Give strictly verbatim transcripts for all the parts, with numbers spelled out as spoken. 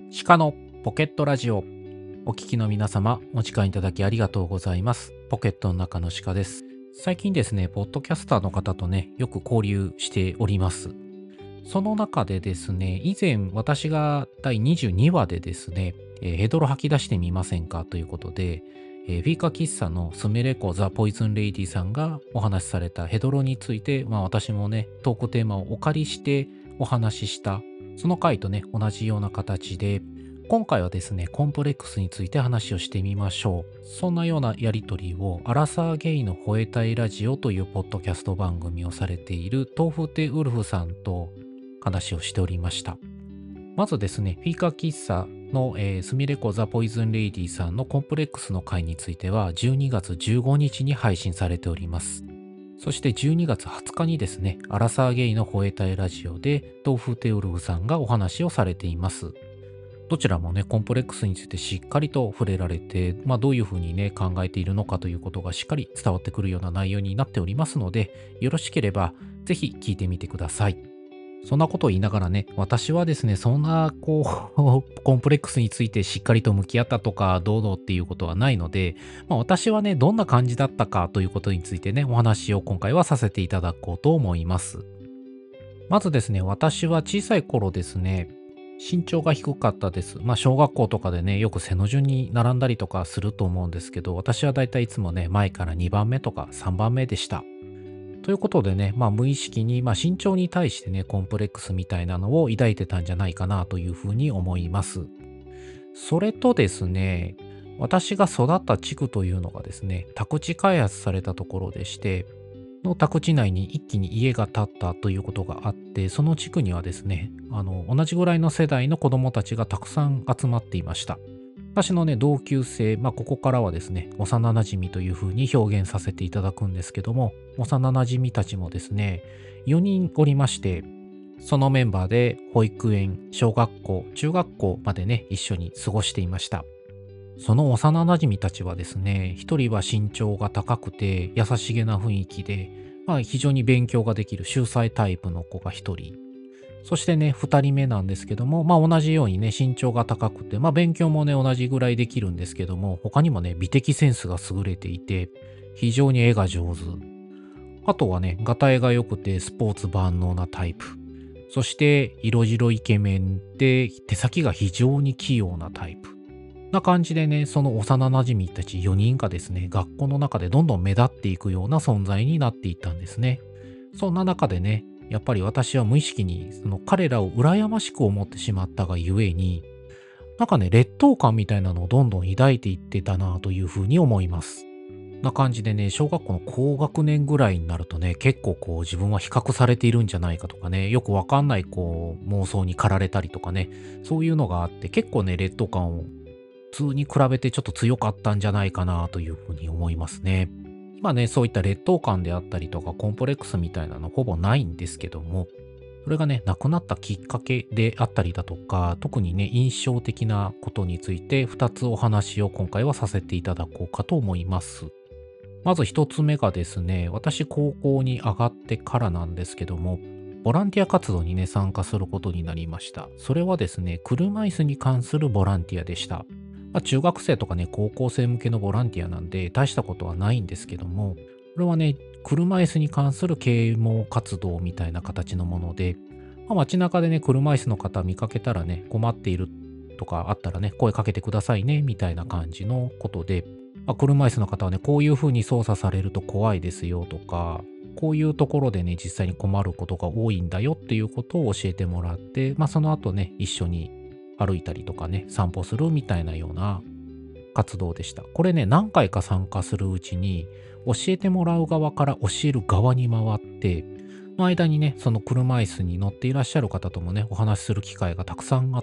鹿のポケットラジオ。お聞きの皆様、お時間いただきありがとうございます。ポケットの中の鹿です。最近ですね、ポッドキャスターの方とね、よく交流しております。その中でですね、以前私がだいにじゅうにわでですね、えーヘドロ吐き出してみませんかということで、えーフィーカ喫茶のスメレコザ・ポイズンレイディさんがお話しされたヘドロについて、まあ私もね、トークテーマをお借りしてお話しした、その回とね、同じような形で、今回はですね、コンプレックスについて話をしてみましょう。そんなようなやりとりを、アラサーゲイの吠えたいラジオというポッドキャスト番組をされている豆腐テウルフさんと話をしておりました。まずですね、フィーカ喫茶の、えースミレコザ・ポイズンレイディさんのコンプレックスの回については、じゅうにがつじゅうごにちに配信されております。そしてじゅうにがつはつかにですね、アラサーゲイの吠えたいラジオで、豆腐テウルフさんがお話をされています。どちらもね、コンプレックスについてしっかりと触れられて、まあどういうふうにね、考えているのかということがしっかり伝わってくるような内容になっておりますので、よろしければぜひ聞いてみてください。そんなことを言いながらね、私はですね、そんな、こう、コンプレックスについてしっかりと向き合ったとか、どうのっていうことはないので、まあ私はね、どんな感じだったかということについてね、お話を今回はさせていただこうと思います。まずですね、私は小さい頃ですね、身長が低かったです。まあ、小学校とかでね、よく背の順に並んだりとかすると思うんですけど、私はだいたいいつもね、前からにばんめとかさんばんめでした。ということでね、まあ、無意識に、まあ、身長に対してね、コンプレックスみたいなのを抱いてたんじゃないかなというふうに思います。それとですね、私が育った地区というのがですね、宅地開発されたところでして、の宅地内に一気に家が建ったということがあって、その地区にはですね、あの、同じぐらいの世代の子供たちがたくさん集まっていました。私のね、同級生、まあ、ここからはですね、幼馴染というふうに表現させていただくんですけども、幼馴染たちもですね、よにんおりまして、そのメンバーで保育園、小学校、中学校までね、一緒に過ごしていました。その幼馴染たちはですね、一人は身長が高くて優しげな雰囲気で、まあ非常に勉強ができる秀才タイプの子が一人。そしてね、二人目なんですけども、まあ同じようにね、身長が高くて、まあ勉強もね、同じぐらいできるんですけども、他にもね、美的センスが優れていて、非常に絵が上手。あとはね、ガタイが良くてスポーツ万能なタイプ。そして色白イケメンで手先が非常に器用なタイプ。な感じでね、その幼馴染たちよにんがですね、学校の中でどんどん目立っていくような存在になっていったんですね。そんな中でね、やっぱり私は無意識にその彼らを羨ましく思ってしまったがゆえに、なんかね、劣等感みたいなのをどんどん抱いていってたなというふうに思います。な感じでね、小学校の高学年ぐらいになるとね、結構こう自分は比較されているんじゃないかとかね、よくわかんないこう妄想に駆られたりとかね、そういうのがあって結構ね、劣等感を普通に比べてちょっと強かったんじゃないかなというふうに思いますね。今ね、そういった劣等感であったりとかコンプレックスみたいなのほぼないんですけども、それがね、なくなったきっかけであったりだとか、特にね、印象的なことについてふたつお話を今回はさせていただこうかと思います。まずひとつめがですね、私高校に上がってからなんですけども、ボランティア活動にね、参加することになりました。それはですね、車椅子に関するボランティアでした。まあ、中学生とかね、高校生向けのボランティアなんで、大したことはないんですけども、これはね、車椅子に関する啓蒙活動みたいな形のもので、まあ、街中でね、車椅子の方見かけたらね、困っているとかあったらね、声かけてくださいね、みたいな感じのことで、まあ、車椅子の方はね、こういう風に操作されると怖いですよとか、こういうところでね、実際に困ることが多いんだよっていうことを教えてもらって、まあその後ね、一緒に歩いたりとかね、散歩するみたいなような活動でした。これね、何回か参加するうちに、教えてもらう側から教える側に回って、の間にね、その車椅子に乗っていらっしゃる方ともね、お話しする機会がたくさんあって、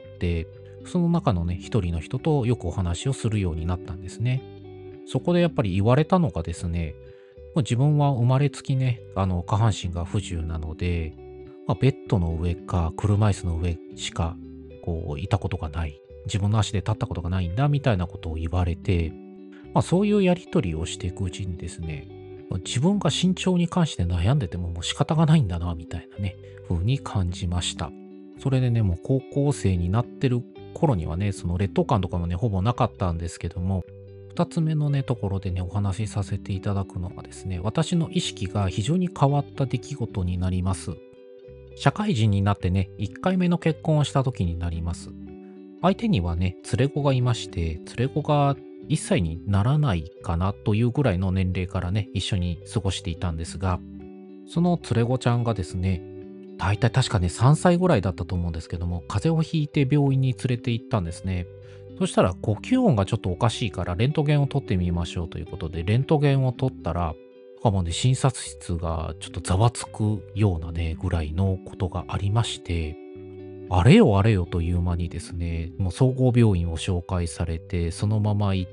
その中のね、一人の人とよくお話をするようになったんですね。そこでやっぱり言われたのがですね、もう自分は生まれつきね、あの、下半身が不自由なので、まあ、ベッドの上か車椅子の上しか、こう、いたことがない。自分の足で立ったことがないんだ、みたいなことを言われて、まあ、そういうやりとりをしていくうちにですね、自分が身長に関して悩んでてももう仕方がないんだな、みたいなね、風に感じました。それでね、もう高校生になってる頃にはね、その劣等感とかもね、ほぼなかったんですけども、二つ目のね、ところでね、お話しさせていただくのがですね、私の意識が非常に変わった出来事になります。社会人になってね、いっかいめの結婚をした時になります。相手にはね、連れ子がいまして、連れ子がいっさいにならないかなというぐらいの年齢からね、一緒に過ごしていたんですが、その連れ子ちゃんがですね、大体確かね、さんさいぐらいだったと思うんですけども、風邪をひいて病院に連れて行ったんですね。そしたら呼吸音がちょっとおかしいからレントゲンを取ってみましょうということで、レントゲンを取ったら、かもね、診察室がちょっとざわつくようなね、ぐらいのことがありまして、あれよあれよという間にですね、もう総合病院を紹介されて、そのまま行って、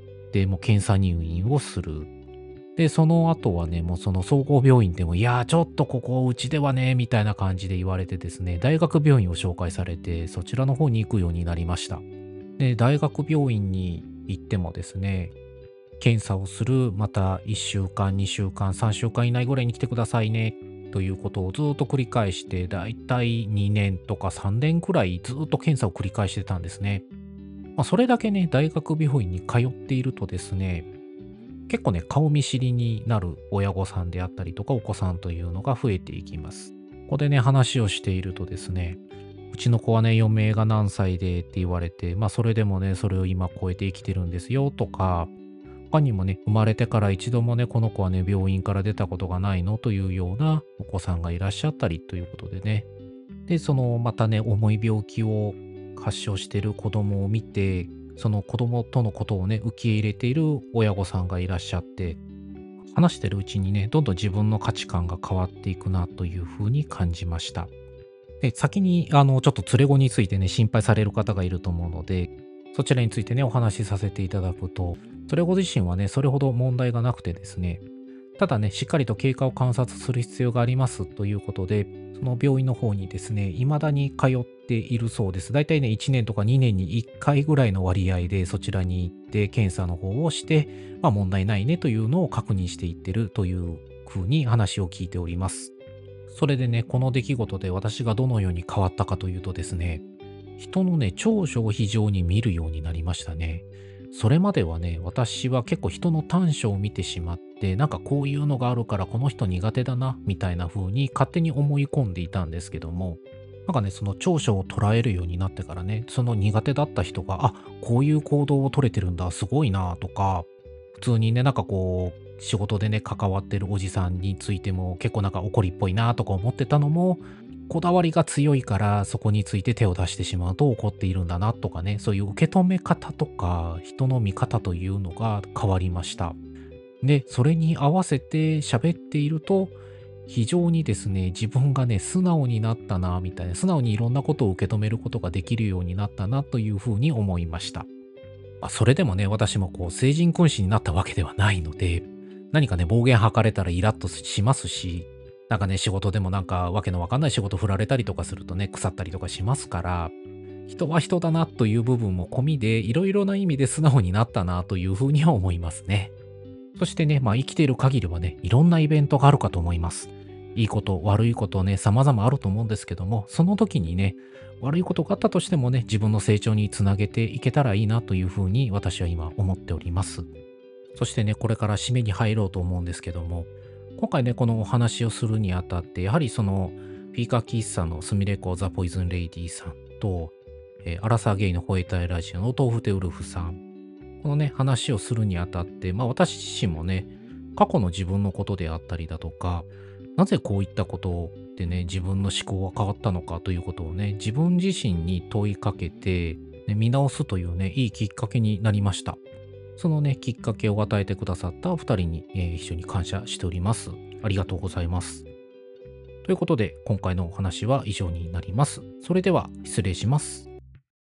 もう検査入院をする。で、その後はね、もうその総合病院でも、いやー、ちょっとここ、うちではね、みたいな感じで言われてですね、大学病院を紹介されて、そちらの方に行くようになりました。で、大学病院に行ってもですね、検査をする、またいっしゅうかん、にしゅうかん、さんしゅうかん以内ぐらいに来てくださいね、ということをずっと繰り返して、だいたいにねんとかさんねんくらいずっと検査を繰り返してたんですね。まあ、それだけね、大学病院に通っているとですね、結構ね、顔見知りになる親御さんであったりとかお子さんというのが増えていきます。ここでね、話をしているとですね、うちの子はね、余命が何歳でって言われて、まあそれでもね、それを今超えて生きてるんですよとか、他にもね、生まれてから一度もね、この子はね、病院から出たことがないのというようなお子さんがいらっしゃったりということでね。で、そのまたね、重い病気を発症している子供を見て、その子供とのことをね、受け入れている親御さんがいらっしゃって、話してるうちにね、どんどん自分の価値観が変わっていくなというふうに感じました。で、先に、あの、ちょっと連れ子についてね、心配される方がいると思うので、そちらについてね、お話しさせていただくと、連れ子自身はね、それほど問題がなくてですね、ただね、しっかりと経過を観察する必要がありますということで、その病院の方にですね、未だに通っているそうです。だいたいね、いちねんとかにねんにいっかいぐらいの割合でそちらに行って検査の方をして、まあ問題ないねというのを確認していってるというふうに話を聞いております。それでね、この出来事で私がどのように変わったかというとですね、人のね、長所を非常に見るようになりましたね。それまではね、私は結構人の短所を見てしまって、なんかこういうのがあるからこの人苦手だな、みたいな風に勝手に思い込んでいたんですけども、なんかね、その長所を捉えるようになってからね、その苦手だった人が、あ、こういう行動を取れてるんだ、すごいなとか、普通にね、なんかこう、仕事でね、関わってるおじさんについても結構なんか怒りっぽいなとか思ってたのも、こだわりが強いからそこについて手を出してしまうと怒っているんだなとかね、そういう受け止め方とか人の見方というのが変わりました。で、それに合わせて喋っていると、非常にですね、自分がね、素直になったな、みたいな、素直にいろんなことを受け止めることができるようになったなというふうに思いました。まあ、それでもね、私もこう、聖人君子になったわけではないので、何かね、暴言吐かれたらイラッとしますし、なんかね、仕事でもなんかわけのわかんない仕事振られたりとかするとね、腐ったりとかしますから、人は人だなという部分も込みで、いろいろな意味で素直になったなというふうには思いますね。そしてね、まあ生きている限りはね、いろんなイベントがあるかと思います。いいこと、悪いことね、様々あると思うんですけども、その時にね、悪いことがあったとしてもね、自分の成長につなげていけたらいいなというふうに私は今思っております。そしてね、これから締めに入ろうと思うんですけども、今回ね、このお話をするにあたって、やはりその、フィーカー喫茶のスミレコザ・ポイズン・レイディさんと、えーアラサーゲイの吠えたいラジオの豆腐テウルフさん、このね、話をするにあたって、まあ私自身もね、過去の自分のことであったりだとか、なぜこういったことでね、自分の思考が変わったのかということをね、自分自身に問いかけて、ね、見直すというね、いいきっかけになりました。そのね、きっかけを与えてくださったお二人に、えー非常に感謝しております。ありがとうございます。ということで、今回のお話は以上になります。それでは、失礼します。